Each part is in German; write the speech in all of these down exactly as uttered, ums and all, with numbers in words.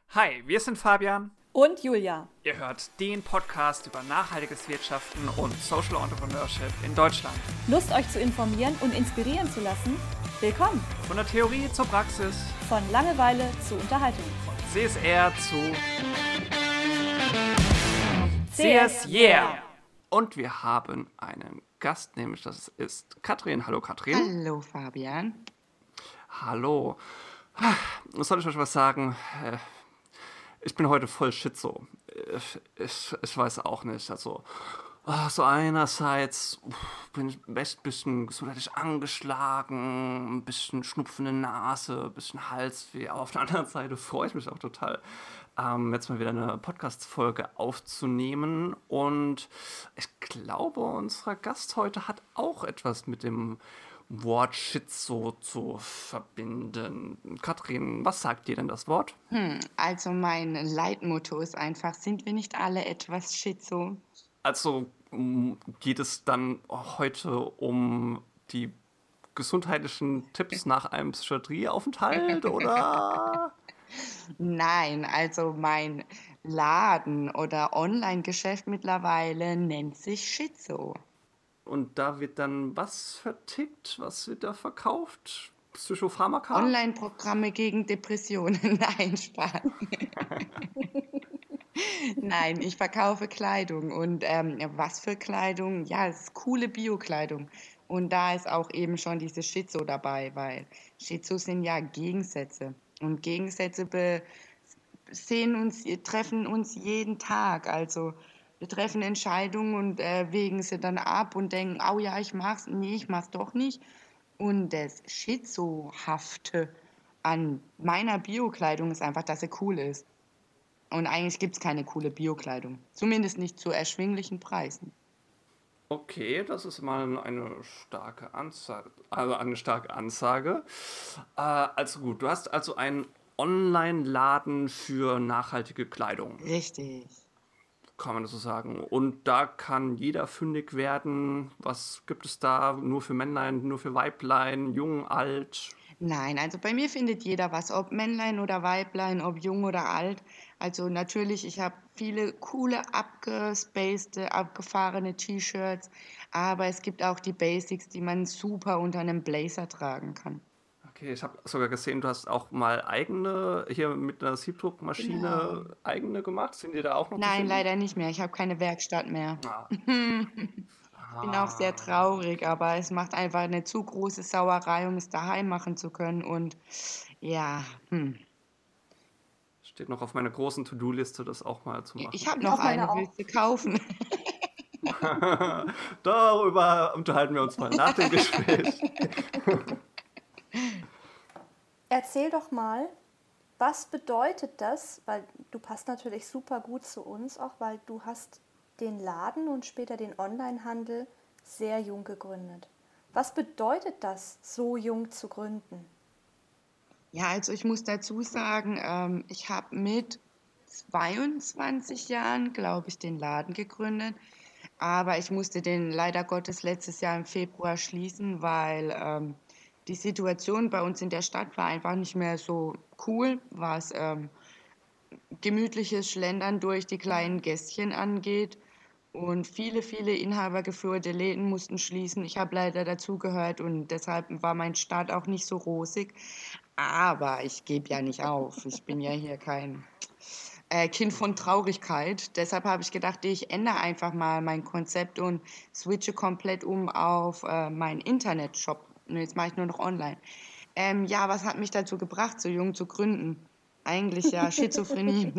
Hi, wir sind Fabian und Julia. Ihr hört den Podcast über nachhaltiges Wirtschaften und Social Entrepreneurship in Deutschland. Lust, euch zu informieren und inspirieren zu lassen? Willkommen! Von der Theorie zur Praxis, von Langeweile zu Unterhaltung, von C S R zu C S Yeah! Und wir haben einen Gast, nämlich das ist Katrin. Hallo Katrin. Hallo Fabian. Hallo. Soll ich euch was sagen? Ich bin heute voll schizo. Ich, ich, ich weiß auch nicht. Also, so einerseits bin ich echt ein bisschen gesundheitlich angeschlagen, ein bisschen schnupfende Nase, ein bisschen Halsweh. Aber auf der anderen Seite freue ich mich auch total, ähm, jetzt mal wieder eine Podcast-Folge aufzunehmen. Und ich glaube, unser Gast heute hat auch etwas mit dem Wort Schizo zu verbinden. Katrin, was sagt dir denn das Wort? Hm, also mein Leitmotto ist einfach, sind wir nicht alle etwas Schizo? Also geht es dann heute um die gesundheitlichen Tipps nach einem Psychiatrieaufenthalt, oder? Nein, also mein Laden oder Online-Geschäft mittlerweile nennt sich Schizo. Und da wird dann was vertickt? Was wird da verkauft? Psychopharmaka? Online-Programme gegen Depressionen. Nein, Spaß. Nein, ich verkaufe Kleidung. Und ähm, was für Kleidung? Ja, es ist coole Bio-Kleidung. Und da ist auch eben schon diese Schizo dabei, weil Schizo sind ja Gegensätze. Und Gegensätze be- sehen uns, treffen uns jeden Tag. Also wir treffen Entscheidungen und äh, wägen sie dann ab und denken, oh ja, ich mach's, nee, ich mach's doch nicht. Und das Schizohafte an meiner Bio-Kleidung ist einfach, dass sie cool ist. Und eigentlich gibt es keine coole Bio-Kleidung. Zumindest nicht zu erschwinglichen Preisen. Okay, das ist mal eine starke Ansage. Also eine starke Ansage. Äh, also gut, du hast also einen Online-Laden für nachhaltige Kleidung. Richtig. Kann man das so sagen. Und da kann jeder fündig werden. Was gibt es da? Nur für Männlein, nur für Weiblein, jung, alt? Nein, also bei mir findet jeder was, ob Männlein oder Weiblein, ob jung oder alt. Also natürlich, ich habe viele coole, abgespacede, abgefahrene T-Shirts, aber es gibt auch die Basics, die man super unter einem Blazer tragen kann. Okay, ich habe sogar gesehen, du hast auch mal eigene, hier mit einer Siebdruckmaschine Genau. eigene gemacht. Sind die da auch noch zu Nein, finden? leider nicht mehr. Ich habe keine Werkstatt mehr. Ah. Ich bin auch sehr traurig, aber es macht einfach eine zu große Sauerei, um es daheim machen zu können. Und ja, hm. Steht noch auf meiner großen To-Do-Liste, das auch mal zu machen. Ich habe noch eine, willst du kaufen? Darüber unterhalten wir uns mal nach dem Gespräch. Erzähl doch mal, was bedeutet das, weil du passt natürlich super gut zu uns, auch weil du hast den Laden und später den Onlinehandel sehr jung gegründet. Was bedeutet das, so jung zu gründen? Ja, also ich muss dazu sagen, ähm, ich habe mit zweiundzwanzig Jahren, glaube ich, den Laden gegründet. Aber ich musste den leider Gottes letztes Jahr im Februar schließen, weil ähm, die Situation bei uns in der Stadt war einfach nicht mehr so cool, was ähm, gemütliches Schlendern durch die kleinen Gässchen angeht. Und viele, viele inhabergeführte Läden mussten schließen. Ich habe leider dazugehört und deshalb war mein Start auch nicht so rosig. Aber ich gebe ja nicht auf. Ich bin ja hier kein äh, Kind von Traurigkeit. Deshalb habe ich gedacht, ich ändere einfach mal mein Konzept und switche komplett um auf äh, meinen Internetshop. Und jetzt mache ich nur noch online. Ähm, ja, was hat mich dazu gebracht, so jung zu gründen? Eigentlich ja Schizophrenie.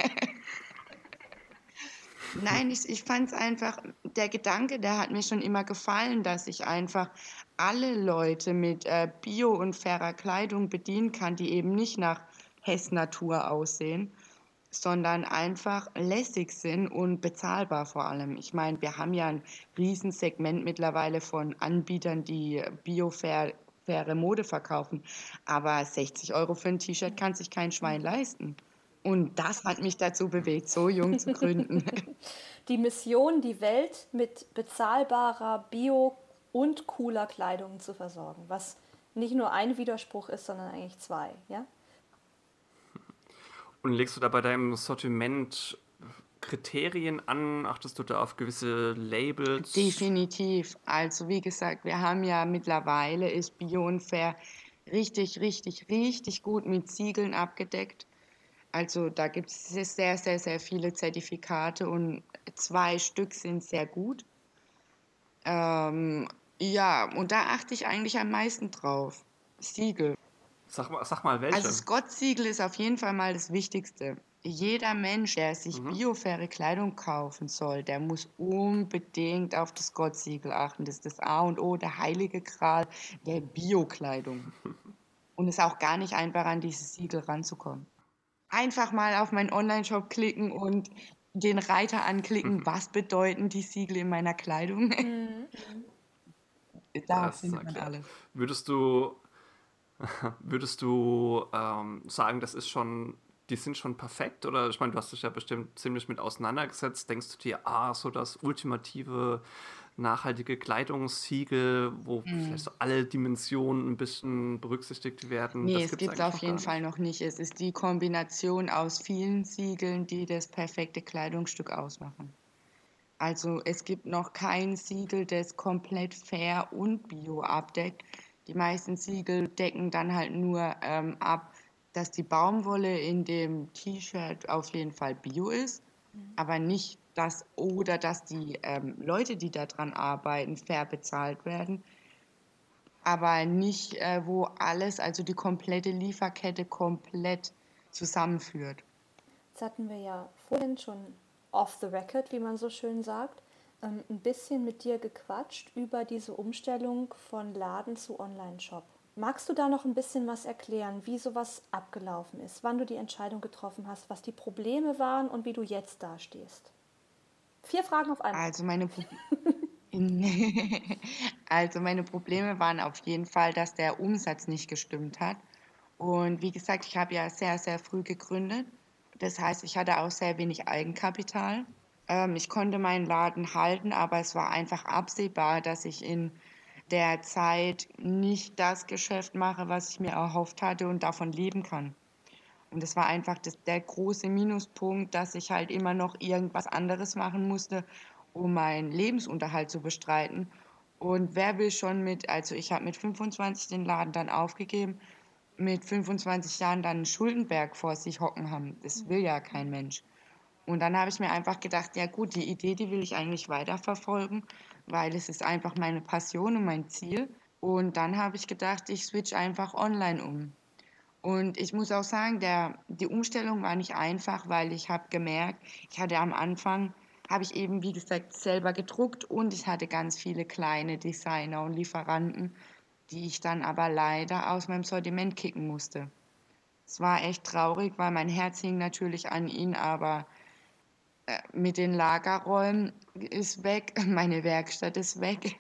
Nein, ich, ich fand es einfach, der Gedanke, der hat mir schon immer gefallen, dass ich einfach alle Leute mit äh, Bio- und fairer Kleidung bedienen kann, die eben nicht nach Hess-Natur aussehen, sondern einfach lässig sind und bezahlbar vor allem. Ich meine, wir haben ja ein Riesensegment mittlerweile von Anbietern, die bio-fair, faire Mode verkaufen, aber sechzig Euro für ein T-Shirt kann sich kein Schwein leisten. Und das hat mich dazu bewegt, so jung zu gründen. Die Mission, die Welt mit bezahlbarer, bio- und cooler Kleidung zu versorgen, was nicht nur ein Widerspruch ist, sondern eigentlich zwei, ja? Und legst du da bei deinem Sortiment Kriterien an? Achtest du da auf gewisse Labels? Definitiv. Also wie gesagt, wir haben ja mittlerweile ist Bio und Fair richtig, richtig, richtig gut mit Siegeln abgedeckt. Also da gibt es sehr, sehr, sehr viele Zertifikate und zwei Stück sind sehr gut. Ähm, ja, und da achte ich eigentlich am meisten drauf. Siegel. Sag mal, sag mal Also welche. Scott-Siegel ist auf jeden Fall mal das Wichtigste. Jeder Mensch, der sich Mhm. biofaire Kleidung kaufen soll, der muss unbedingt auf das Scott-Siegel achten. Das ist das A und O, der heilige Gral der Bio-Kleidung. Und es ist auch gar nicht einfach, an dieses Siegel ranzukommen. Einfach mal auf meinen Online-Shop klicken und den Reiter anklicken, was bedeuten die Siegel in meiner Kleidung. Mhm. Da Das ist findet man erklärt. alles. Würdest du, würdest du ähm, sagen, das ist schon, die sind schon perfekt? Oder ich meine, du hast dich ja bestimmt ziemlich mit auseinandergesetzt. Denkst du dir, ah, so das ultimative nachhaltige Kleidungssiegel, wo vielleicht Mm. so alle Dimensionen ein bisschen berücksichtigt werden, Nee, das es gibt es gibt es eigentlich auf noch jeden gar Fall nicht? noch nicht. Es ist die Kombination aus vielen Siegeln, die das perfekte Kleidungsstück ausmachen. Also es gibt noch kein Siegel, das komplett fair und bio abdeckt. Die meisten Siegel decken dann halt nur ähm, ab, dass die Baumwolle in dem T-Shirt auf jeden Fall bio ist, aber nicht dass oder dass die ähm, Leute, die daran arbeiten, fair bezahlt werden, aber nicht, äh, wo alles, also die komplette Lieferkette komplett zusammenführt. Jetzt hatten wir ja vorhin schon off the record, wie man so schön sagt, ähm, ein bisschen mit dir gequatscht über diese Umstellung von Laden zu Online-Shop. Magst du da noch ein bisschen was erklären, wie sowas abgelaufen ist, wann du die Entscheidung getroffen hast, was die Probleme waren und wie du jetzt dastehst? Vier Fragen auf einmal. Also meine, Pro also meine Probleme waren auf jeden Fall, dass der Umsatz nicht gestimmt hat. Und wie gesagt, ich habe ja sehr, sehr früh gegründet. Das heißt, ich hatte auch sehr wenig Eigenkapital. Ähm, ich konnte meinen Laden halten, aber es war einfach absehbar, dass ich in der Zeit nicht das Geschäft mache, was ich mir erhofft hatte und davon leben kann. Und das war einfach das, der große Minuspunkt, dass ich halt immer noch irgendwas anderes machen musste, um meinen Lebensunterhalt zu bestreiten. Und wer will schon mit, also ich habe mit fünfundzwanzig den Laden dann aufgegeben, mit fünfundzwanzig Jahren dann einen Schuldenberg vor sich hocken haben. Das will ja kein Mensch. Und dann habe ich mir einfach gedacht, ja gut, die Idee, die will ich eigentlich weiterverfolgen, weil es ist einfach meine Passion und mein Ziel. Und dann habe ich gedacht, ich switch einfach online um. Und ich muss auch sagen, der, die Umstellung war nicht einfach, weil ich habe gemerkt, ich hatte am Anfang, habe ich eben, wie gesagt, selber gedruckt und ich hatte ganz viele kleine Designer und Lieferanten, die ich dann aber leider aus meinem Sortiment kicken musste. Es war echt traurig, weil mein Herz hing natürlich an ihn, aber äh, mit den Lagerräumen ist weg, meine Werkstatt ist weg.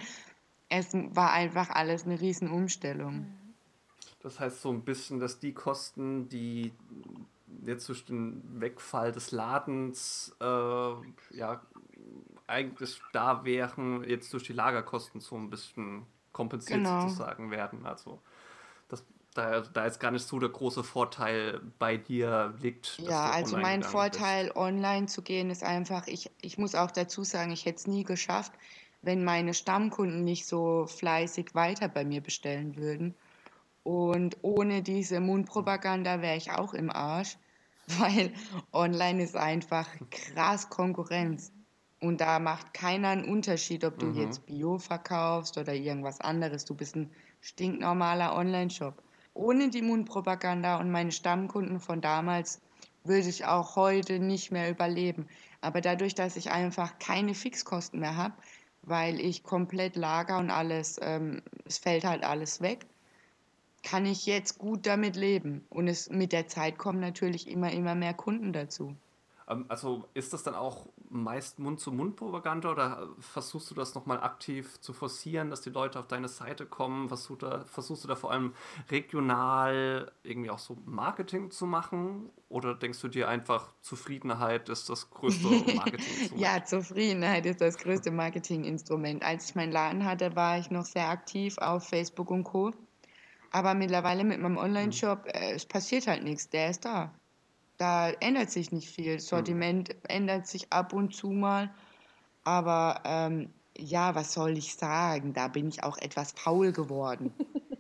Es war einfach alles eine Riesenumstellung. Das heißt so ein bisschen, dass die Kosten, die jetzt durch den Wegfall des Ladens äh, ja eigentlich da wären, jetzt durch die Lagerkosten so ein bisschen kompensiert Genau. sozusagen werden. Also das, da, da jetzt gar nicht so der große Vorteil bei dir liegt, dass Ja, du also online mein gegangen bist. Vorteil, online zu gehen, ist einfach, ich, ich muss auch dazu sagen, ich hätte es nie geschafft, wenn meine Stammkunden nicht so fleißig weiter bei mir bestellen würden. Und ohne diese Mundpropaganda wäre ich auch im Arsch, weil online ist einfach krass Konkurrenz. Und da macht keiner einen Unterschied, ob du Mhm. jetzt Bio verkaufst oder irgendwas anderes. Du bist ein stinknormaler Online-Shop. Ohne die Mundpropaganda und meine Stammkunden von damals würde ich auch heute nicht mehr überleben. Aber dadurch, dass ich einfach keine Fixkosten mehr habe, weil ich komplett lager und alles, ähm, es fällt halt alles weg, kann ich jetzt gut damit leben. Und es, mit der Zeit kommen natürlich immer, immer mehr Kunden dazu. Ähm, also ist das dann auch meist Mund-zu-Mund-Propaganda oder versuchst du das nochmal aktiv zu forcieren, dass die Leute auf deine Seite kommen? Versuchst du, da, versuchst du da vor allem regional irgendwie auch so Marketing zu machen? Oder denkst du dir einfach, Zufriedenheit ist das größte Ja, Marketinginstrument? Zufriedenheit ist das größte Marketinginstrument. Als ich meinen Laden hatte, war ich noch sehr aktiv auf Facebook und Co. Aber mittlerweile mit meinem Mhm. Online-Shop, äh, es passiert halt nichts, der ist da. Da ändert sich nicht viel. Das Sortiment ändert sich ab und zu mal. Aber ähm, ja, was soll ich sagen? Da bin ich auch etwas faul geworden.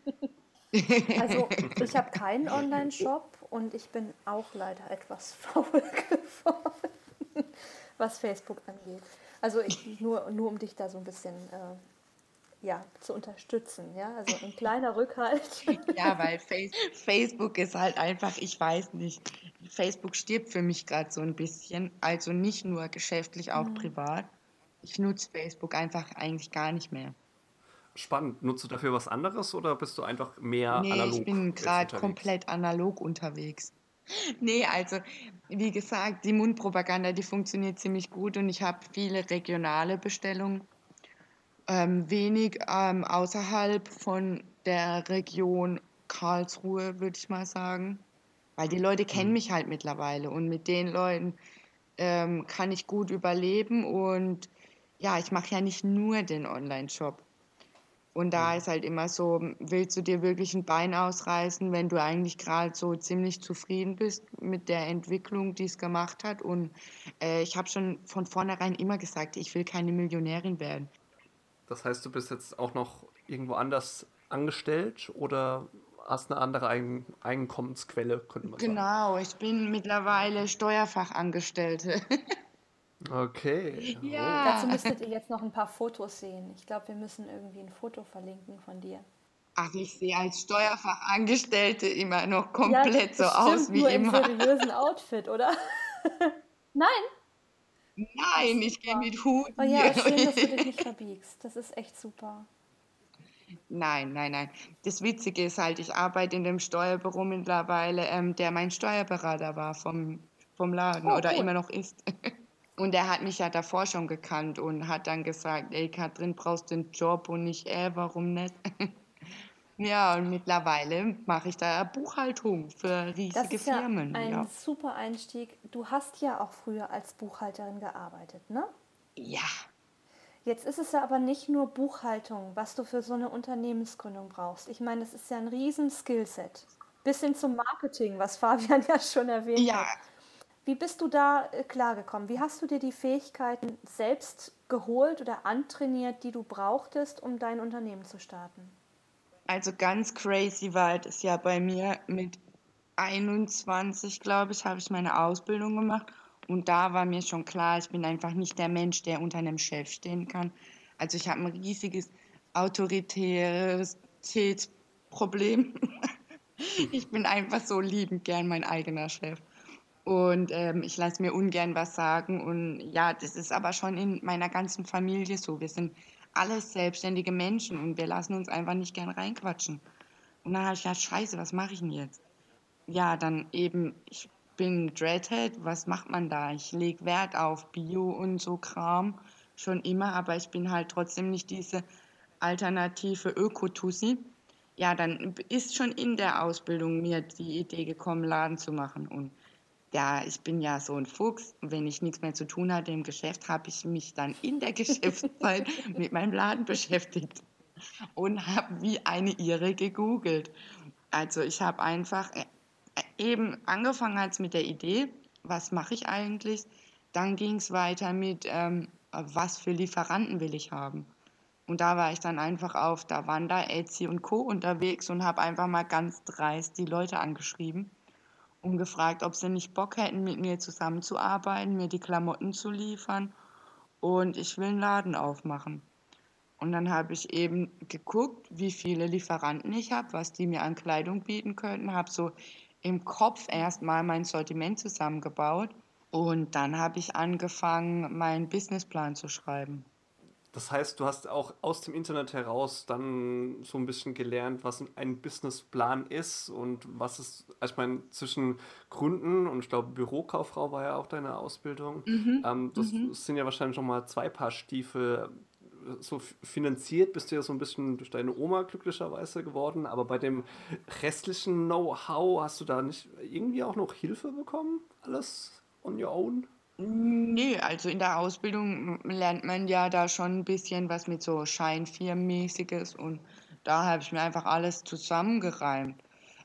Also ich habe keinen Online-Shop und ich bin auch leider etwas faul geworden, was Facebook angeht. Also ich, nur, nur um dich da so ein bisschen äh, ja, zu unterstützen. Ja? Also ein kleiner Rückhalt. Ja, weil Face Facebook ist halt einfach, ich weiß nicht, Facebook stirbt für mich gerade so ein bisschen. Also nicht nur geschäftlich, auch privat. Ich nutze Facebook einfach eigentlich gar nicht mehr. Spannend. Nutzt du dafür was anderes oder bist du einfach mehr Nee, ich analog bin jetzt gerade unterwegs? komplett analog unterwegs. Nee, also wie gesagt, die Mundpropaganda, die funktioniert ziemlich gut und ich habe viele regionale Bestellungen, ähm, wenig ähm, außerhalb von der Region Karlsruhe, würde ich mal sagen. Weil die Leute kennen mich halt mittlerweile und mit den Leuten ähm, kann ich gut überleben und ja, ich mache ja nicht nur den Online-Shop. Und da ist halt immer so, willst du dir wirklich ein Bein ausreißen, wenn du eigentlich gerade so ziemlich zufrieden bist mit der Entwicklung, die es gemacht hat. Und äh, ich habe schon von vornherein immer gesagt, ich will keine Millionärin werden. Das heißt, du bist jetzt auch noch irgendwo anders angestellt oder hast eine andere Ein Einkommensquelle, könnte man sagen. Genau, ich bin mittlerweile Steuerfachangestellte. Okay. Oh. Dazu Ja. müsstet ihr jetzt noch ein paar Fotos sehen. Ich glaube, wir müssen irgendwie ein Foto verlinken von dir. Ach, ich sehe als Steuerfachangestellte immer noch Ja, komplett so aus bestimmt wie nur im immer. seriösen Outfit, oder? Nein? Ach, Nein, ich gehe super. mit Oh ja, Hoodie. ist schön, dass du dich nicht verbiegst. Das ist echt super. Nein, nein, nein. Das Witzige ist halt, ich arbeite in dem Steuerbüro mittlerweile, ähm, der mein Steuerberater war vom, vom Laden Oh, oder cool. immer noch ist. Und er hat mich ja davor schon gekannt und hat dann gesagt, ey Katrin, brauchst du einen Job? Und ich, äh, warum nicht? Ja, und mittlerweile mache ich da Buchhaltung für Das riesige ist ja Firmen, ein ja. super Einstieg. Du hast ja auch früher als Buchhalterin gearbeitet, ne? Ja, Jetzt ist es ja aber nicht nur Buchhaltung, was du für so eine Unternehmensgründung brauchst. Ich meine, das ist ja ein riesen Skillset. Bis hin zum Marketing, was Fabian ja schon erwähnt ja, hat. Wie bist du da äh, klargekommen? Wie hast du dir die Fähigkeiten selbst geholt oder antrainiert, die du brauchtest, um dein Unternehmen zu starten? also ganz crazy war das ja bei mir mit einundzwanzig, glaube ich, habe ich meine Ausbildung gemacht. Und da war mir schon klar, ich bin einfach nicht der Mensch, der unter einem Chef stehen kann. Also ich habe ein riesiges Autoritätsproblem. Ich bin einfach so liebend gern mein eigener Chef. Und ähm, ich lasse mir ungern was sagen. Und ja, das ist aber schon in meiner ganzen Familie so. Wir sind alles selbstständige Menschen und wir lassen uns einfach nicht gern reinquatschen. Und dann habe ich gedacht, scheiße, was mache ich denn jetzt? Ja, dann eben, ich bin Dreadhead, was macht man da? Ich lege Wert auf Bio und so Kram, schon immer, aber ich bin halt trotzdem nicht diese alternative Ökotussi. Ja, dann ist schon in der Ausbildung mir die Idee gekommen, Laden zu machen. Und ja, ich bin ja so ein Fuchs. Wenn ich nichts mehr zu tun hatte im Geschäft, habe ich mich dann in der Geschäftszeit mit meinem Laden beschäftigt und habe wie eine Irre gegoogelt. Also ich habe einfach äh, äh, eben angefangen als mit der Idee, was mache ich eigentlich? Dann ging es weiter mit, ähm, was für Lieferanten will ich haben? Und da war ich dann einfach auf Davanda, Etsy und Co. unterwegs und habe einfach mal ganz dreist die Leute angeschrieben und gefragt, ob sie nicht Bock hätten, mit mir zusammenzuarbeiten, mir die Klamotten zu liefern und ich will einen Laden aufmachen. Und dann habe ich eben geguckt, wie viele Lieferanten ich habe, was die mir an Kleidung bieten könnten, habe so im Kopf erstmal mein Sortiment zusammengebaut und dann habe ich angefangen, meinen Businessplan zu schreiben. Das heißt, du hast auch aus dem Internet heraus dann so ein bisschen gelernt, was ein Businessplan ist und was es, ich meine, zwischen Gründen und ich glaube, Bürokauffrau war ja auch deine Ausbildung. Mhm, Ähm, das mhm. sind ja wahrscheinlich schon mal zwei Paar Stiefel. So f- finanziert bist du ja so ein bisschen durch deine Oma glücklicherweise geworden, aber bei dem restlichen Know-how hast du da nicht irgendwie auch noch Hilfe bekommen? Alles on your own? Nee, also in der Ausbildung lernt man ja da schon ein bisschen was mit so Scheinfirmenmäßiges und da habe ich mir einfach alles zusammengereimt.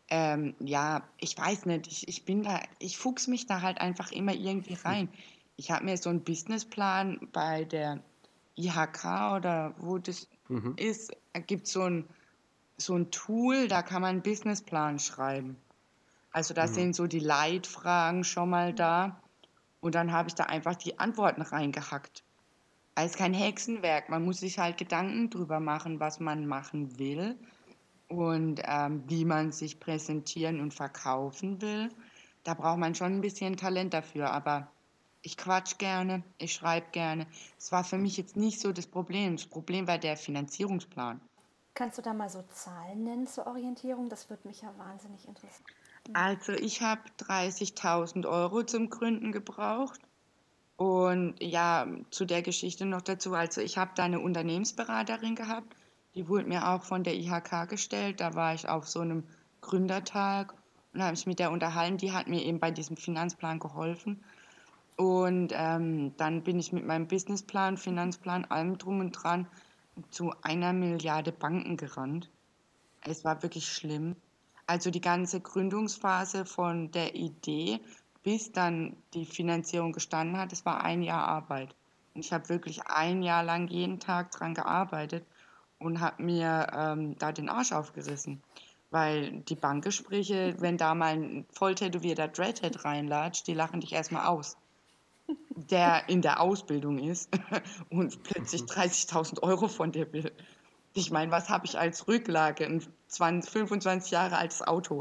Ähm, ja, ich weiß nicht, ich, ich bin da, ich fuchs mich da halt einfach immer irgendwie rein. Ich habe mir so einen Businessplan bei der I H K oder wo das Mhm. ist, gibt so ein, so ein Tool, da kann man einen Businessplan schreiben. Also da Mhm. sind so die Leitfragen schon mal da und dann habe ich da einfach die Antworten reingehackt. Also kein Hexenwerk, man muss sich halt Gedanken drüber machen, was man machen will und ähm, wie man sich präsentieren und verkaufen will. Da braucht man schon ein bisschen Talent dafür, aber ich quatsch gerne, ich schreibe gerne. Es war für mich jetzt nicht so das Problem. Das Problem war der Finanzierungsplan. Kannst du da mal so Zahlen nennen zur Orientierung? Das würde mich ja wahnsinnig interessieren. Also ich habe dreißigtausend Euro zum Gründen gebraucht. Und ja, zu der Geschichte noch dazu, also ich habe da eine Unternehmensberaterin gehabt, die wurde mir auch von der I H K gestellt. Da war ich auf so einem Gründertag und habe mich mit der unterhalten. Die hat mir eben bei diesem Finanzplan geholfen. Und ähm, dann bin ich mit meinem Businessplan, Finanzplan, allem drum und dran zu einer Milliarde Banken gerannt. Es war wirklich schlimm. Also die ganze Gründungsphase von der Idee, bis dann die Finanzierung gestanden hat, das war ein Jahr Arbeit. Und ich habe wirklich ein Jahr lang jeden Tag dran gearbeitet und habe mir ähm, da den Arsch aufgerissen. Weil die Bankgespräche, wenn da mal ein voll tätowierter Dreadhead reinlatscht, die lachen dich erstmal aus, der in der Ausbildung ist und plötzlich dreißigtausend Euro von dir will. Ich meine, was habe ich als Rücklage? Ein zwanzig, fünfundzwanzig Jahre altes Auto.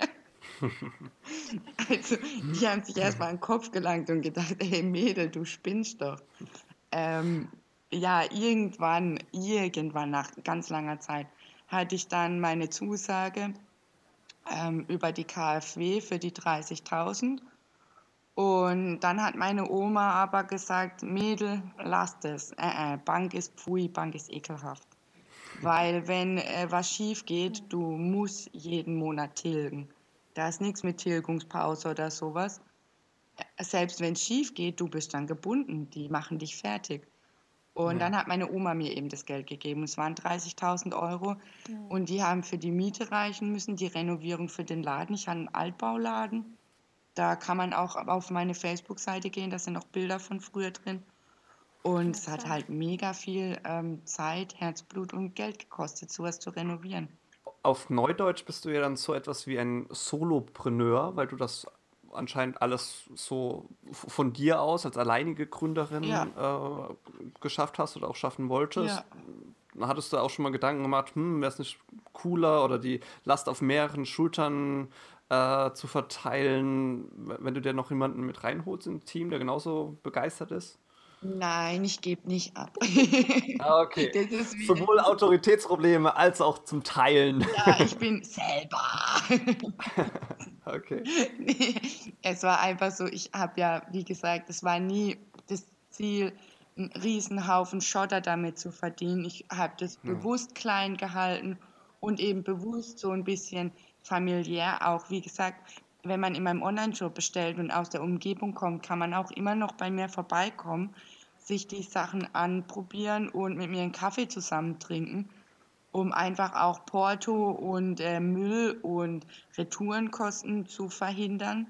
Also, die haben sich erstmal an den Kopf gelangt und gedacht, hey Mädel, du spinnst doch. Ähm, ja, irgendwann, irgendwann nach ganz langer Zeit hatte ich dann meine Zusage ähm, über die K f W für die dreißigtausend. Und dann hat meine Oma aber gesagt, Mädel, lass das. Äh, äh, Bank ist pfui, Bank ist ekelhaft. Weil wenn äh, was schief geht, du musst jeden Monat tilgen. Da ist nichts mit Tilgungspause oder sowas. Selbst wenn es schief geht, du bist dann gebunden. Die machen dich fertig. Und Ja. dann hat meine Oma mir eben das Geld gegeben. Es waren dreißigtausend Euro. Und die haben für die Miete reichen müssen, die Renovierung für den Laden. Ich hatte einen Altbauladen. Da kann man auch auf meine Facebook-Seite gehen. Da sind noch Bilder von früher drin. Und es hat halt mega viel ähm, Zeit, Herzblut und Geld gekostet, sowas zu renovieren. Auf Neudeutsch bist du ja dann so etwas wie ein Solopreneur, weil du das anscheinend alles so f- von dir aus als alleinige Ja, Gründerin äh, geschafft hast oder auch schaffen wolltest. ja. Hattest du auch schon mal Gedanken gemacht, hm, wäre es nicht cooler oder die Last auf mehreren Schultern äh, zu verteilen, wenn du dir noch jemanden mit reinholst ins Team, der genauso begeistert ist? Nein, ich gebe nicht ab. Ah, okay. Das ist wieder Sowohl die, Autoritätsprobleme als auch zum Teilen. ja, ich bin selber. Okay. Nee, es war einfach so, ich habe ja, wie gesagt, es war nie das Ziel, einen Riesenhaufen Schotter damit zu verdienen. Ich habe das Ja. bewusst klein gehalten und eben bewusst so ein bisschen familiär auch. Wie gesagt, wenn man in meinem Online-Shop bestellt und aus der Umgebung kommt, kann man auch immer noch bei mir vorbeikommen, sich die Sachen anprobieren und mit mir einen Kaffee zusammen trinken, um einfach auch Porto und äh, Müll und Retourenkosten zu verhindern.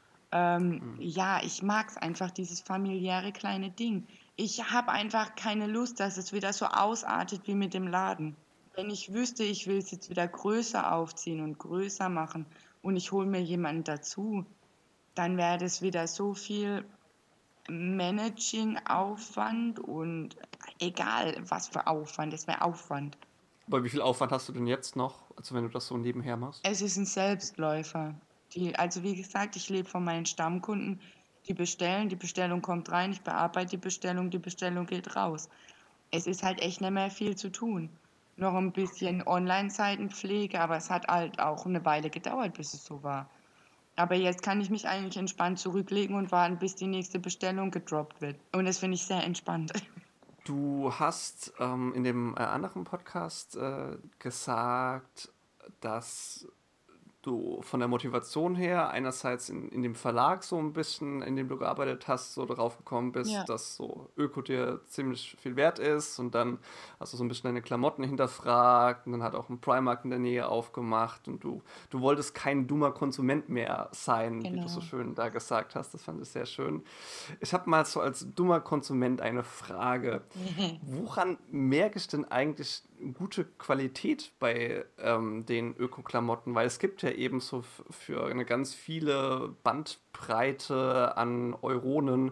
Ähm, ja, ich mag es einfach, dieses familiäre kleine Ding. Ich habe einfach keine Lust, dass es wieder so ausartet wie mit dem Laden. Wenn ich wüsste, ich will es jetzt wieder größer aufziehen und größer machen und ich hole mir jemanden dazu, dann wäre das wieder so viel Managing-Aufwand und egal was für Aufwand, es wäre Aufwand. Aber wie viel Aufwand hast du denn jetzt noch, also wenn du das so nebenher machst? Es ist ein Selbstläufer. Die, also wie gesagt, ich lebe von meinen Stammkunden, die bestellen, die Bestellung kommt rein, ich bearbeite die Bestellung, die Bestellung geht raus. Es ist halt echt nicht mehr viel zu tun. Noch ein bisschen Online-Seitenpflege, aber es hat halt auch eine Weile gedauert, bis es so war. Aber jetzt kann ich mich eigentlich entspannt zurücklegen und warten, bis die nächste Bestellung gedroppt wird. Und das finde ich sehr entspannt. Du hast ähm, in dem äh, anderen Podcast äh, gesagt, dass du von der Motivation her einerseits in, in dem Verlag so ein bisschen, in dem du gearbeitet hast, so darauf gekommen bist, Ja, dass so Öko dir ziemlich viel wert ist und dann hast du so ein bisschen deine Klamotten hinterfragt und dann hat auch ein Primark in der Nähe aufgemacht und du, du wolltest kein dummer Konsument mehr sein, wie du so genau. schön da gesagt hast. Das fand ich sehr schön. Ich habe mal so als dummer Konsument eine Frage. Woran merke ich denn eigentlich gute Qualität bei ähm, den Öko-Klamotten? Weil es gibt ja eben so f- für eine ganz viele Bandbreite an Euronen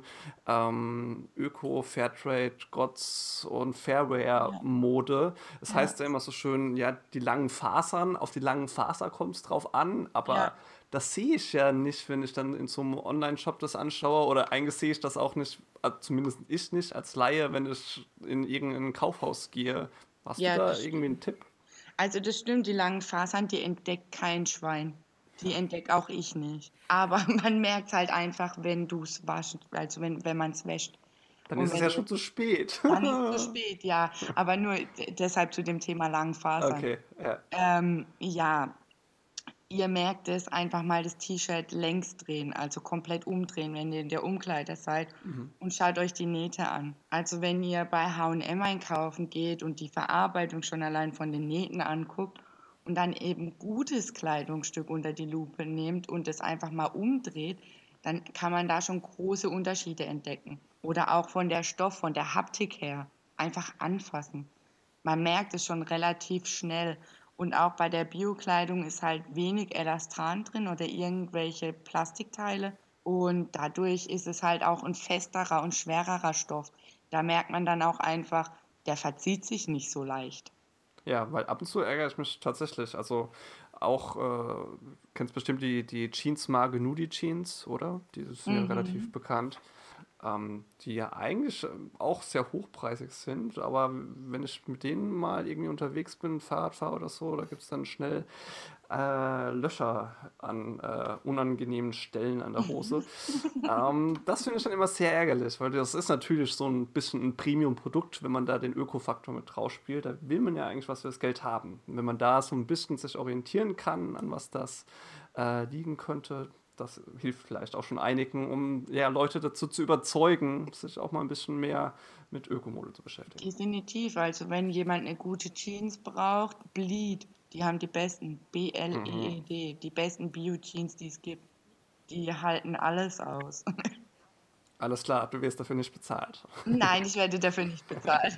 ähm, Öko, Fairtrade, Gods und Ja, Fairwear-Mode. Das ja, heißt ja immer so schön, ja, die langen Fasern, auf die langen Faser kommt es drauf an, ja. aber das sehe ich ja nicht, wenn ich dann in so einem Online-Shop das anschaue oder eigentlich sehe ich das auch nicht, äh, zumindest ich nicht als Laie, wenn ich in irgendein Kaufhaus gehe. Hast du Ja, da das irgendwie einen stimmt. Tipp? Also das stimmt, die langen Fasern, die entdeckt kein Schwein. Die entdeckt auch ich nicht. Aber man merkt halt einfach, wenn du es waschst, also wenn, wenn man es wäscht. Dann Und ist es wenn ja du schon jetzt, zu spät. dann ist es zu spät, ja. Aber nur d- deshalb zu dem Thema langen Fasern. Okay, ja. Ähm, ja, ihr merkt es, einfach mal das T-Shirt längs drehen, also komplett umdrehen, wenn ihr in der Umkleide seid Mhm. und schaut euch die Nähte an. Also wenn ihr bei H und M einkaufen geht und die Verarbeitung schon allein von den Nähten anguckt und dann eben gutes Kleidungsstück unter die Lupe nehmt und es einfach mal umdreht, dann kann man da schon große Unterschiede entdecken. Oder auch von der Stoff, von der Haptik her. Einfach anfassen. Man merkt es schon relativ schnell. Und auch bei der Biokleidung ist halt wenig Elastan drin oder irgendwelche Plastikteile. Und dadurch ist es halt auch ein festerer und schwererer Stoff. Da merkt man dann auch einfach, der verzieht sich nicht so leicht. Ja, weil ab und zu ärgere ich mich tatsächlich. Also auch, äh, kennst bestimmt die, die Jeans-Marke Nudie Jeans, oder? Die sind ja relativ Mhm. bekannt. Ähm, die ja eigentlich ähm, auch sehr hochpreisig sind, aber wenn ich mit denen mal irgendwie unterwegs bin, Fahrrad fahre oder so, da gibt es dann schnell äh, Löcher an äh, unangenehmen Stellen an der Hose. Ähm, das finde ich dann immer sehr ärgerlich, weil das ist natürlich so ein bisschen ein Premium-Produkt, wenn man da den Öko-Faktor mit drauf spielt. Da will man ja eigentlich was für das Geld haben. Und wenn man da so ein bisschen sich orientieren kann, an was das äh, liegen könnte, das hilft vielleicht auch schon einigen, um ja, Leute dazu zu überzeugen, sich auch mal ein bisschen mehr mit Ökomode zu beschäftigen. Definitiv. Also wenn jemand eine gute Jeans braucht, Bleed, die haben die besten, Mhm. B L E E D, die besten Bio-Jeans, die es gibt. Die halten alles aus. Alles klar, du wirst dafür nicht bezahlt. Nein, ich werde dafür nicht bezahlt.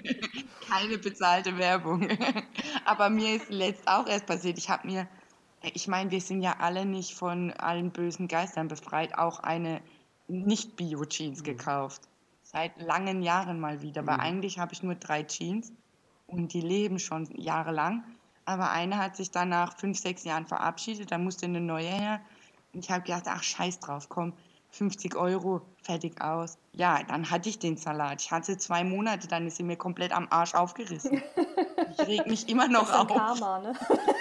Keine bezahlte Werbung. Aber mir ist letzt auch erst passiert. Ich habe mir, ich meine, wir sind ja alle nicht von allen bösen Geistern befreit, auch eine Nicht-Bio-Jeans Mhm. gekauft. Seit langen Jahren mal wieder. Weil Mhm. eigentlich habe ich nur drei Jeans und die leben schon jahrelang. Aber eine hat sich dann nach fünf, sechs Jahren verabschiedet, da musste eine neue her. Und ich habe gedacht, ach, scheiß drauf, komm, fünfzig Euro, fertig aus. Ja, dann hatte ich den Salat. Ich hatte zwei Monate, dann ist sie mir komplett am Arsch aufgerissen. Ich reg mich immer noch Bisschen auf. Karma, ne?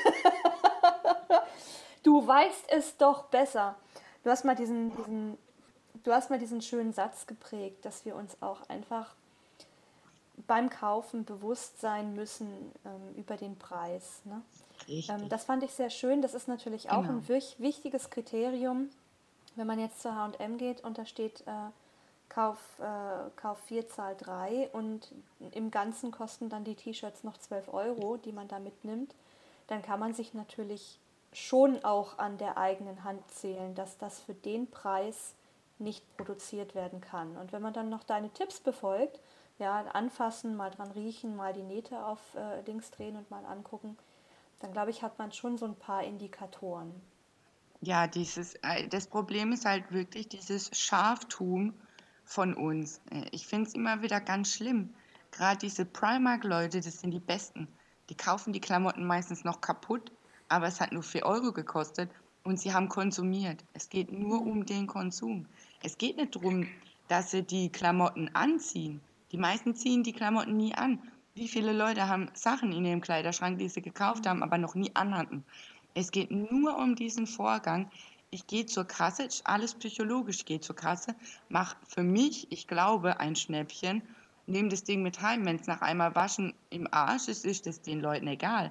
Du weißt es doch besser. Du hast mal diesen, diesen, du hast mal diesen schönen Satz geprägt, dass wir uns auch einfach beim Kaufen bewusst sein müssen ähm, über den Preis. Ne? Ähm, Richtig, das fand ich sehr schön. Das ist natürlich auch genau. ein wich- wichtiges Kriterium, wenn man jetzt zu H und M geht und da steht äh, Kauf, äh, Kauf vier, Zahl drei und im Ganzen kosten dann die T-Shirts noch zwölf Euro, die man da mitnimmt, dann kann man sich natürlich schon auch an der eigenen Hand zählen, dass das für den Preis nicht produziert werden kann. Und wenn man dann noch deine Tipps befolgt, ja, anfassen, mal dran riechen, mal die Nähte auf äh, links drehen und mal angucken, dann glaube ich, hat man schon so ein paar Indikatoren. Ja, dieses, äh, das Problem ist halt wirklich dieses Scharftum von uns. Äh, Ich finde es immer wieder ganz schlimm. Gerade diese Primark-Leute, das sind die Besten. Die kaufen die Klamotten meistens noch kaputt, aber es hat nur vier Euro gekostet und sie haben konsumiert. Es geht nur um den Konsum. Es geht nicht darum, dass sie die Klamotten anziehen. Die meisten ziehen die Klamotten nie an. Wie viele Leute haben Sachen in ihrem Kleiderschrank, die sie gekauft haben, aber noch nie anhatten? Es geht nur um diesen Vorgang. Ich gehe zur Kasse, ist alles psychologisch, ich gehe zur Kasse, mache für mich, ich glaube, ein Schnäppchen, nehme das Ding mit heim. Wenn es nach einmal waschen im Arsch ist, ist es den Leuten egal.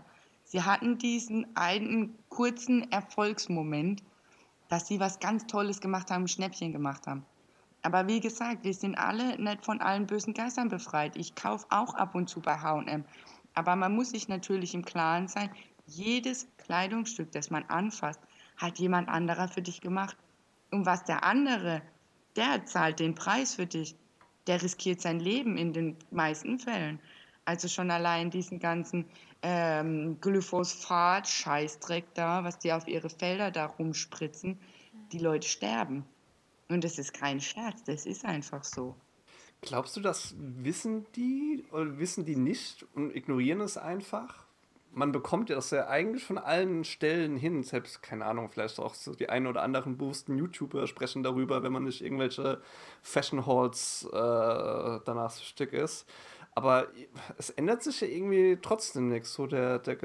Sie hatten diesen einen kurzen Erfolgsmoment, dass sie was ganz Tolles gemacht haben, ein Schnäppchen gemacht haben. Aber wie gesagt, wir sind alle nicht von allen bösen Geistern befreit. Ich kaufe auch ab und zu bei H und M. Aber man muss sich natürlich im Klaren sein, jedes Kleidungsstück, das man anfasst, hat jemand anderer für dich gemacht. Und was der andere, der zahlt den Preis für dich. Der riskiert sein Leben in den meisten Fällen. Also schon allein diesen ganzen ähm, Glyphosat-Scheißdreck da, was die auf ihre Felder da rumspritzen, die Leute sterben. Und das ist kein Scherz, das ist einfach so. Glaubst du, das wissen die oder wissen die nicht und ignorieren es einfach? Man bekommt ja das ja eigentlich von allen Stellen hin, selbst, keine Ahnung, vielleicht auch so die einen oder anderen bewussten YouTuber sprechen darüber, wenn man nicht irgendwelche Fashion Halls äh, danach süchtig ist. Aber es ändert sich ja irgendwie trotzdem nichts. So der, der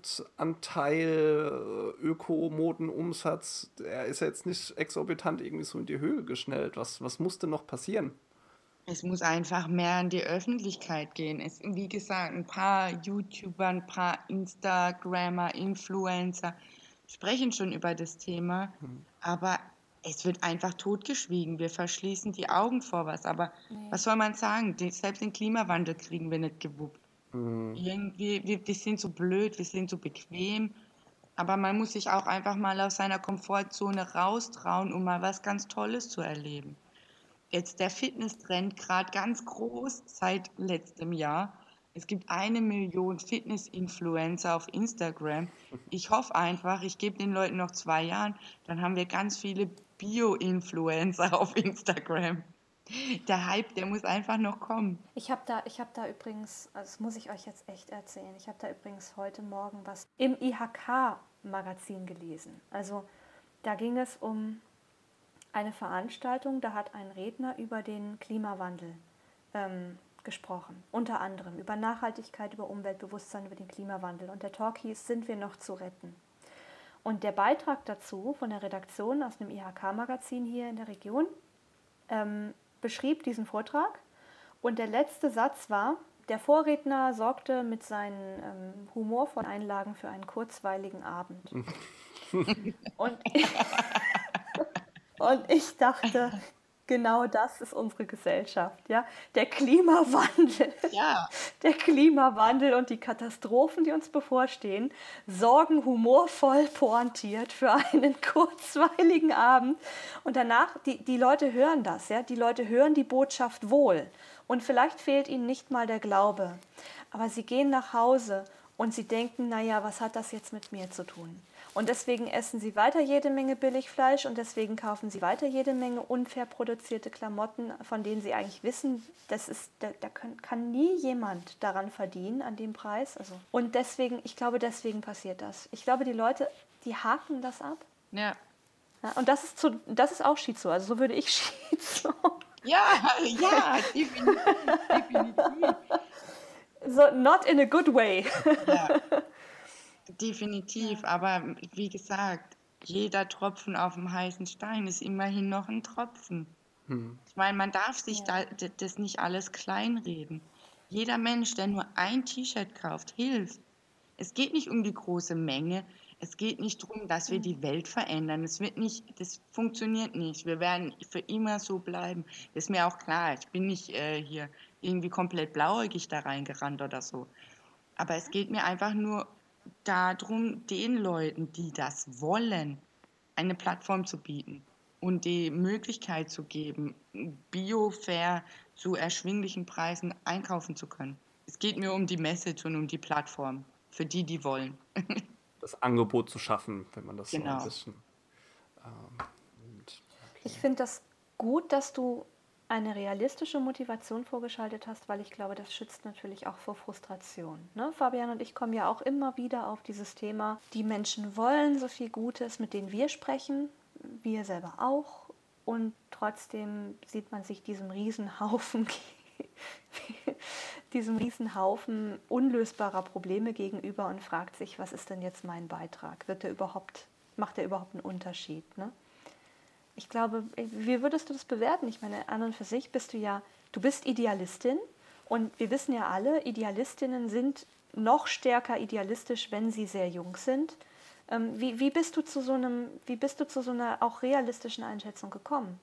Gesamtanteil äh, Öko-Moden-Umsatz, der ist ja jetzt nicht exorbitant irgendwie so in die Höhe geschnellt. Was, was muss denn noch passieren? Es muss einfach mehr in die Öffentlichkeit gehen. Es, wie gesagt, ein paar YouTuber, ein paar Instagrammer, Influencer sprechen schon über das Thema, aber es wird einfach totgeschwiegen. Wir verschließen die Augen vor was. Aber Nee. was soll man sagen? Die, selbst den Klimawandel kriegen wir nicht gewuppt. Irgendwie, wir, wir sind so blöd, wir sind so bequem. Aber man muss sich auch einfach mal aus seiner Komfortzone raustrauen, um mal was ganz Tolles zu erleben. Jetzt der Fitnesstrend gerade ganz groß seit letztem Jahr. Es gibt eine Million Fitness-Influencer auf Instagram. Ich hoffe einfach, ich gebe den Leuten noch zwei Jahren, dann haben wir ganz viele Bio-Influencer auf Instagram. Der Hype, der muss einfach noch kommen. Ich habe da, ich hab da übrigens, also das muss ich euch jetzt echt erzählen, ich habe da übrigens heute Morgen was im I H K-Magazin gelesen. Also da ging es um eine Veranstaltung, da hat ein Redner über den Klimawandel ähm, gesprochen. Unter anderem über Nachhaltigkeit, über Umweltbewusstsein, über den Klimawandel. Und der Talk hieß, sind wir noch zu retten? Und der Beitrag dazu von der Redaktion aus dem I H K-Magazin hier in der Region ähm, beschrieb diesen Vortrag. Und der letzte Satz war, der Vorredner sorgte mit seinen ähm, humorvollen Einlagen für einen kurzweiligen Abend. Und Und ich dachte, genau das ist unsere Gesellschaft. Ja? Der Klimawandel, Ja, der Klimawandel und die Katastrophen, die uns bevorstehen, sorgen humorvoll pointiert für einen kurzweiligen Abend. Und danach, die, die Leute hören das, ja? Die Leute hören die Botschaft wohl. Und vielleicht fehlt ihnen nicht mal der Glaube. Aber sie gehen nach Hause und sie denken, naja, was hat das jetzt mit mir zu tun? Und deswegen essen sie weiter jede Menge Billigfleisch und deswegen kaufen sie weiter jede Menge unfair produzierte Klamotten, von denen sie eigentlich wissen, das ist, da, da kann, kann nie jemand daran verdienen, an dem Preis. Also. Und deswegen, ich glaube, deswegen passiert das. Ich glaube, die Leute, die haken das ab. ja. Ja, und das ist, zu, das ist auch Schizo, also so würde ich Schizo. Ja, ja, definitiv, definitiv. So, not in a good way. Ja. Definitiv, aber wie gesagt, jeder Tropfen auf dem heißen Stein ist immerhin noch ein Tropfen. Ich meine, man darf sich Ja. da, d- das nicht alles kleinreden. Jeder Mensch, der nur ein T-Shirt kauft, hilft. Es geht nicht um die große Menge. Es geht nicht darum, dass wir die Welt verändern. Es wird nicht, das funktioniert nicht. Wir werden für immer so bleiben. Das ist mir auch klar. Ich bin nicht äh, hier irgendwie komplett blauäugig da reingerannt oder so. Aber es geht mir einfach nur darum, den Leuten, die das wollen, eine Plattform zu bieten und die Möglichkeit zu geben, bio-fair zu erschwinglichen Preisen einkaufen zu können. Es geht mir um die Message und um die Plattform für die, die wollen. Das Angebot zu schaffen, wenn man das so ein Genau. bisschen ähm, nimmt. Ich finde das gut, dass du eine realistische Motivation vorgeschaltet hast, weil ich glaube, das schützt natürlich auch vor Frustration. Ne? Fabian und ich kommen ja auch immer wieder auf dieses Thema, die Menschen wollen so viel Gutes, mit denen wir sprechen, wir selber auch. Und trotzdem sieht man sich diesem Riesenhaufen, diesem Riesenhaufen unlösbarer Probleme gegenüber und fragt sich, was ist denn jetzt mein Beitrag? Wird der überhaupt, macht der überhaupt einen Unterschied? Ne? Ich glaube, wie würdest du das bewerten? Ich meine, an und für sich bist du ja, du bist Idealistin Und wir wissen ja alle, Idealistinnen sind noch stärker idealistisch, wenn sie sehr jung sind. Ähm, wie, wie bist du zu so einem, wie bist du zu so einer auch realistischen Einschätzung gekommen?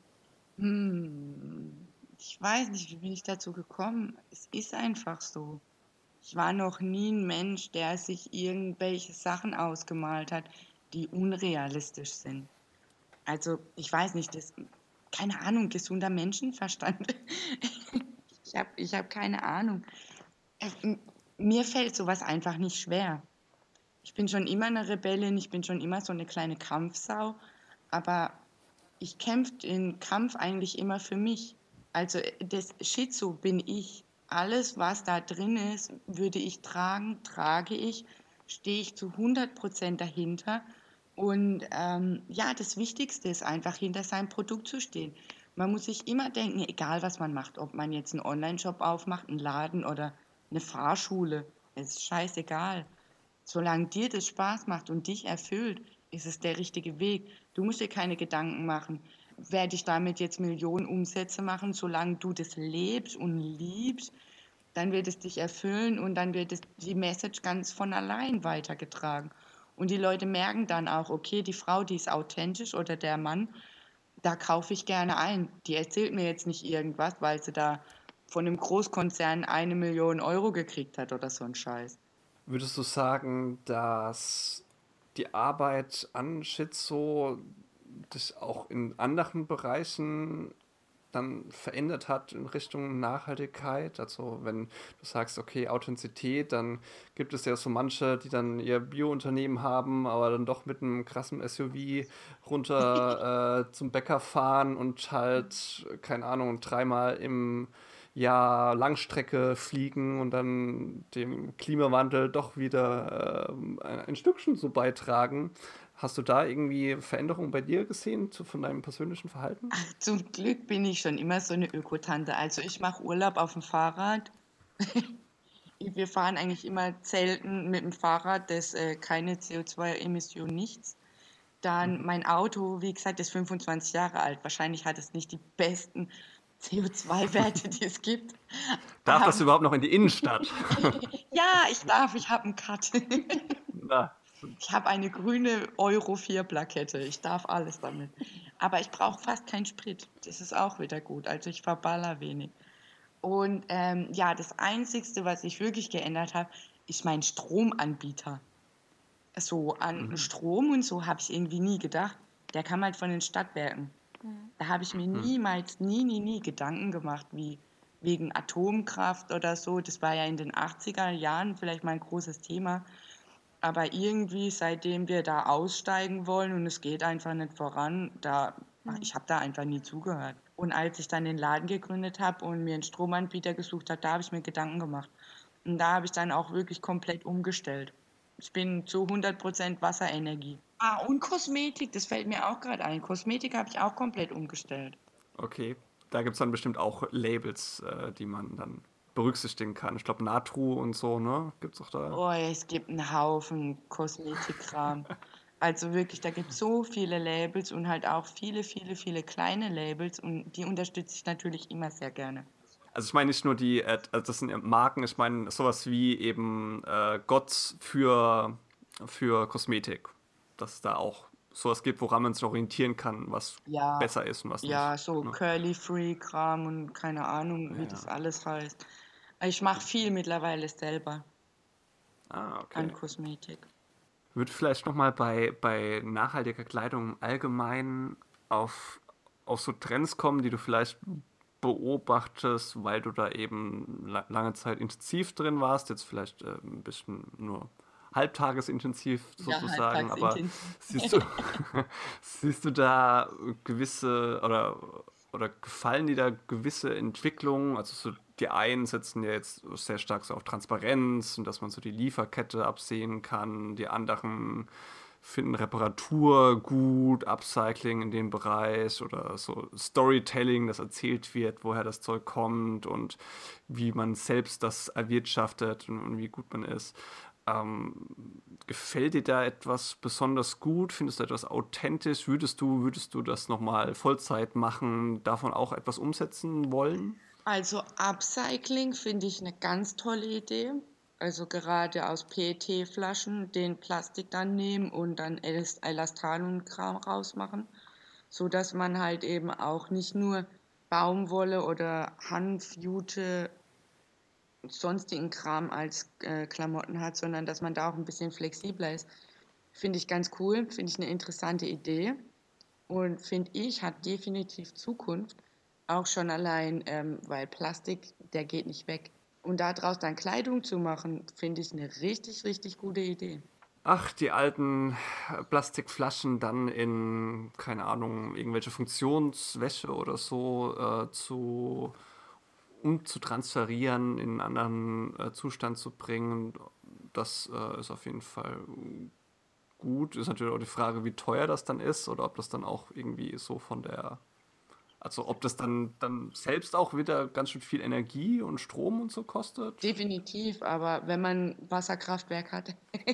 Hm, ich weiß nicht, wie bin ich dazu gekommen? Es ist einfach so. Ich war noch nie ein Mensch, der sich irgendwelche Sachen ausgemalt hat, die unrealistisch sind. Also, ich weiß nicht, das, keine Ahnung, gesunder Menschenverstand. Ich habe ich hab keine Ahnung. Es, m- Mir fällt sowas einfach nicht schwer. Ich bin schon immer eine Rebellin, ich bin schon immer so eine kleine Kampfsau, aber ich kämpfe den Kampf eigentlich immer für mich. Also äh, das Shizu bin ich. Alles, was da drin ist, würde ich tragen, trage ich, stehe ich zu hundert Prozent dahinter. Und ähm, ja, das Wichtigste ist einfach, hinter seinem Produkt zu stehen. Man muss sich immer denken, egal was man macht, ob man jetzt einen Online-Shop aufmacht, einen Laden oder eine Fahrschule, es ist scheißegal. Solange dir das Spaß macht und dich erfüllt, ist es der richtige Weg. Du musst dir keine Gedanken machen, werde ich damit jetzt Millionen Umsätze machen, solange du das lebst und liebst, dann wird es dich erfüllen und dann wird es die Message ganz von allein weitergetragen. Und die Leute merken dann auch, okay, die Frau, die ist authentisch oder der Mann, da kaufe ich gerne ein. Die erzählt mir jetzt nicht irgendwas, weil sie da von einem Großkonzern eine Million Euro gekriegt hat oder so ein Scheiß. Würdest du sagen, dass die Arbeit an Schizo dich auch in anderen Bereichen dann verändert hat in Richtung Nachhaltigkeit? Also wenn du sagst, okay, Authentizität, dann gibt es ja so manche, die dann ihr Bio-Unternehmen haben, aber dann doch mit einem krassen S U V runter äh, zum Bäcker fahren und halt, keine Ahnung, dreimal im Jahr Langstrecke fliegen und dann dem Klimawandel doch wieder ähm, ein, ein Stückchen so beitragen. Hast du da irgendwie Veränderungen bei dir gesehen zu, von deinem persönlichen Verhalten? Ach, zum Glück bin ich schon immer so eine Ökotante. Also ich mache Urlaub auf dem Fahrrad. Wir fahren eigentlich immer Zelten mit dem Fahrrad, das äh, keine C O zwei Emission, nichts. Dann mein Auto, wie gesagt, ist fünfundzwanzig Jahre alt. Wahrscheinlich hat es nicht die besten C O zwei Werte, die es gibt. Darf Aber das überhaupt noch in die Innenstadt? ja, ich darf, ich habe einen Cut. Na, Ich habe eine grüne Euro vier Plakette. Ich darf alles damit. Aber ich brauche fast keinen Sprit. Das ist auch wieder gut. Also ich verballer wenig. Und ähm, ja, das Einzige, was sich wirklich geändert hat, ist mein Stromanbieter. So an mhm. Strom und so habe ich irgendwie nie gedacht. Der kam halt von den Stadtwerken. Da habe ich mir Mhm. niemals, nie, nie, nie Gedanken gemacht, wie wegen Atomkraft oder so. Das war ja in den achtziger Jahren vielleicht mal ein großes Thema. Aber irgendwie, seitdem wir da aussteigen wollen und es geht einfach nicht voran, da, ich habe da einfach nie zugehört. Und als ich dann den Laden gegründet habe und mir einen Stromanbieter gesucht habe, da habe ich mir Gedanken gemacht. Und da habe ich dann auch wirklich komplett umgestellt. Ich bin zu hundert Prozent Wasserenergie. Ah, und Kosmetik, das fällt mir auch gerade ein. Kosmetik habe ich auch komplett umgestellt. Okay. Da gibt es dann bestimmt auch Labels, äh, die man dann berücksichtigen kann. Ich glaube, Natru und so, ne? Gibt es auch da. Oh, es gibt einen Haufen Kosmetikkram. Also wirklich, da gibt es so viele Labels und halt auch viele, viele, viele kleine Labels und die unterstütze ich natürlich immer sehr gerne. Also ich meine nicht nur die, äh, also das sind Marken, ich meine sowas wie eben äh, Gott für, für Kosmetik. Dass es da auch sowas gibt, woran man sich orientieren kann, was Ja, besser ist und was nicht. ja, so Ne? Curly-Free-Kram und keine Ahnung, wie das Ja. alles heißt. Ich mache viel mittlerweile selber Ah, an okay. Kosmetik. Würde vielleicht nochmal bei, bei nachhaltiger Kleidung im Allgemeinen auf, auf so Trends kommen, die du vielleicht beobachtest, weil du da eben la lange Zeit intensiv drin warst, jetzt vielleicht äh, ein bisschen nur halbtagesintensiv Ja, sozusagen, aber halbtagsintensiv. siehst du, siehst du da gewisse oder, oder gefallen dir da gewisse Entwicklungen? Also so die einen setzen ja jetzt sehr stark so auf Transparenz und dass man so die Lieferkette absehen kann, die anderen finden Reparatur gut, Upcycling in dem Bereich oder so Storytelling, das erzählt wird, woher das Zeug kommt und wie man selbst das erwirtschaftet und, und wie gut man ist. Ähm, Gefällt dir da etwas besonders gut? Findest du etwas authentisch? Würdest du, würdest du das nochmal Vollzeit machen, davon auch etwas umsetzen wollen? Also Upcycling finde ich eine ganz tolle Idee. Also gerade aus P E T-Flaschen den Plastik dann nehmen und dann Elas- Elastan und Kram rausmachen, so dass man halt eben auch nicht nur Baumwolle oder Hanf, Jute, sonstigen Kram als äh, Klamotten hat, sondern dass man da auch ein bisschen flexibler ist. Finde ich ganz cool, finde ich eine interessante Idee und finde ich, hat definitiv Zukunft, auch schon allein, ähm, weil Plastik, der geht nicht weg. Und daraus dann Kleidung zu machen, finde ich eine richtig, richtig gute Idee. Ach, die alten äh, Plastikflaschen dann in, keine Ahnung, irgendwelche Funktionswäsche oder so äh, zu umzutransferieren, in einen anderen äh, Zustand zu bringen, das äh, ist auf jeden Fall gut. Ist natürlich auch die Frage, wie teuer das dann ist oder ob das dann auch irgendwie so von der, also ob das dann, dann selbst auch wieder ganz schön viel Energie und Strom und so kostet. Definitiv, aber wenn man Wasserkraftwerk hat,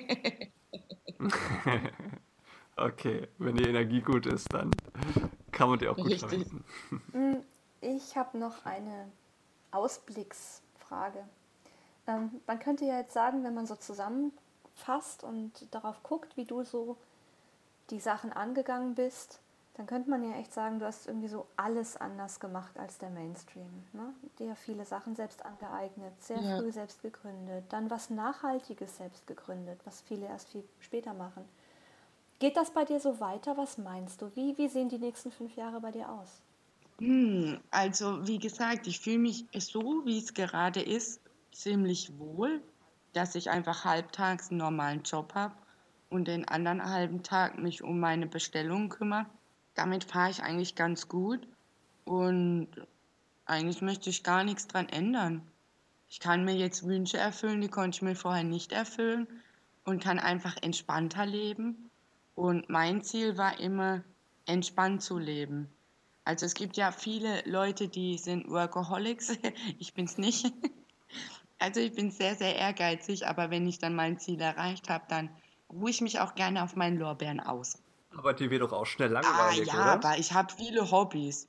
Okay, wenn die Energie gut ist, dann kann man die auch gut richtig. verwenden. Mm, Ich habe noch eine Ausblicksfrage. Ähm, man könnte ja jetzt sagen, wenn man so zusammenfasst und darauf guckt, wie du so die Sachen angegangen bist, dann könnte man ja echt sagen, du hast irgendwie so alles anders gemacht als der Mainstream. Ne? Dir viele Sachen selbst angeeignet, sehr Ja. früh selbst gegründet, dann was Nachhaltiges selbst gegründet, was viele erst viel später machen. Geht das bei dir so weiter? Was meinst du? Wie, wie sehen die nächsten fünf Jahre bei dir aus? Hm, also wie gesagt, ich fühle mich so, wie es gerade ist, ziemlich wohl, dass ich einfach halbtags einen normalen Job habe und den anderen halben Tag mich um meine Bestellungen kümmere. Damit fahre ich eigentlich ganz gut und eigentlich möchte ich gar nichts dran ändern. Ich kann mir jetzt Wünsche erfüllen, die konnte ich mir vorher nicht erfüllen und kann einfach entspannter leben. Und mein Ziel war immer, entspannt zu leben. Also es gibt ja viele Leute, die sind Workaholics. Ich bin's nicht. Also ich bin sehr, sehr ehrgeizig, aber wenn ich dann mein Ziel erreicht habe, dann ruhe ich mich auch gerne auf meinen Lorbeeren aus. Aber die wird doch auch schnell Ah langweilig, ja, oder? aber ich habe viele Hobbys.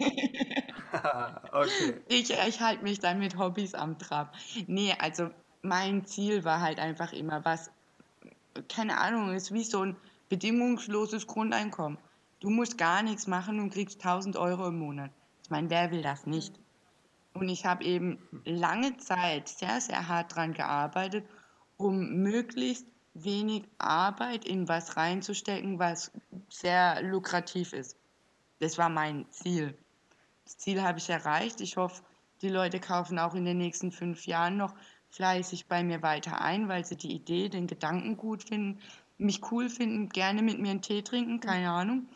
Okay. Ich, ich halte mich dann mit Hobbys am Trab. Nee, also mein Ziel war halt einfach immer was, keine Ahnung, ist wie so ein bedingungsloses Grundeinkommen. Du musst gar nichts machen und kriegst tausend Euro im Monat. Ich meine, wer will das nicht? Und ich habe eben lange Zeit sehr, sehr hart dran gearbeitet, um möglichst wenig Arbeit in was reinzustecken, was sehr lukrativ ist. Das war mein Ziel. Das Ziel habe ich erreicht. Ich hoffe, die Leute kaufen auch in den nächsten fünf Jahren noch fleißig bei mir weiter ein, weil sie die Idee, den Gedanken gut finden, mich cool finden, gerne mit mir einen Tee trinken, keine Ahnung.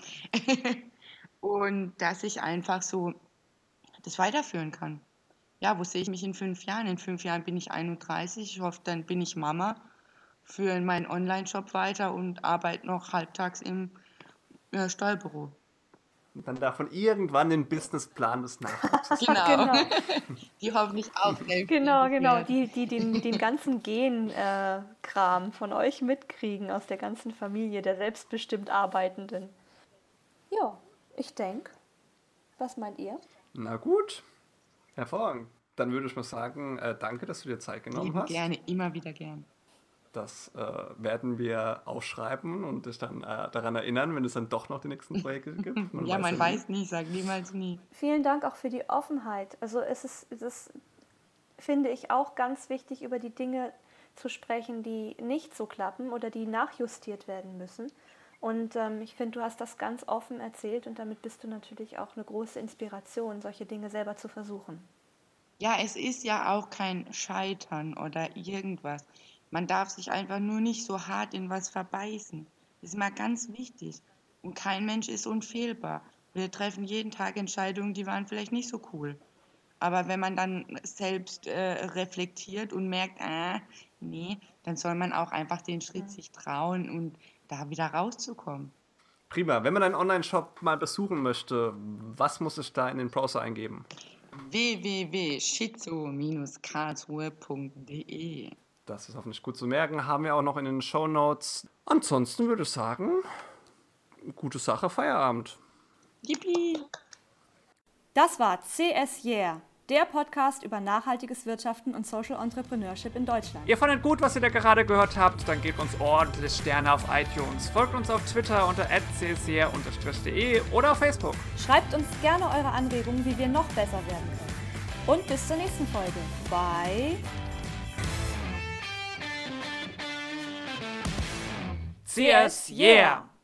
Und dass ich einfach so das weiterführen kann. Ja, wo sehe ich mich in fünf Jahren? In fünf Jahren bin ich einunddreißig. Ich hoffe, dann bin ich Mama, führe meinen Online-Shop weiter und arbeite noch halbtags im äh, Steuerbüro. Und dann davon irgendwann den Businessplan des Nachwuchses. Genau. Genau, Die hoffentlich auch genau, selbstständig genau. werden. Die, die den, den ganzen Gen-Kram von euch mitkriegen aus der ganzen Familie der selbstbestimmt Arbeitenden. Ja, ich denke. Was meint ihr? Na gut, hervorragend. Dann würde ich mal sagen, äh, danke, dass du dir Zeit genommen Lieben hast. gerne, immer wieder gern. Das äh, werden wir aufschreiben und dich dann äh, daran erinnern, wenn es dann doch noch die nächsten Projekte gibt. Man Ja, weiß man ja nie. weiß nie, sag niemals nie. Vielen Dank auch für die Offenheit. Also es ist, es ist, finde ich, auch ganz wichtig, über die Dinge zu sprechen, die nicht so klappen oder die nachjustiert werden müssen. Und ähm, ich finde, du hast das ganz offen erzählt und damit bist du natürlich auch eine große Inspiration, solche Dinge selber zu versuchen. Ja, es ist ja auch kein Scheitern oder irgendwas. Man darf sich einfach nur nicht so hart in was verbeißen. Das ist mal ganz wichtig. Und kein Mensch ist unfehlbar. Wir treffen jeden Tag Entscheidungen, die waren vielleicht nicht so cool. Aber wenn man dann selbst äh, reflektiert und merkt, ah, nee, dann soll man auch einfach den Schritt sich trauen und da wieder rauszukommen. Prima. Wenn man deinen Online-Shop mal besuchen möchte, was muss ich da in den Browser eingeben? w w w punkt schizo karlsruhe punkt d e Das ist hoffentlich gut zu merken. Haben wir auch noch in den Shownotes. Ansonsten würde ich sagen, gute Sache, Feierabend. Yippie! Das war C S Yeah, der Podcast über nachhaltiges Wirtschaften und Social Entrepreneurship in Deutschland. Ihr fandet gut, was ihr da gerade gehört habt, dann gebt uns ordentlich Sterne auf iTunes. Folgt uns auf Twitter unter at c s c r de oder auf Facebook. Schreibt uns gerne eure Anregungen, wie wir noch besser werden können. Und bis zur nächsten Folge bei C S Yeah!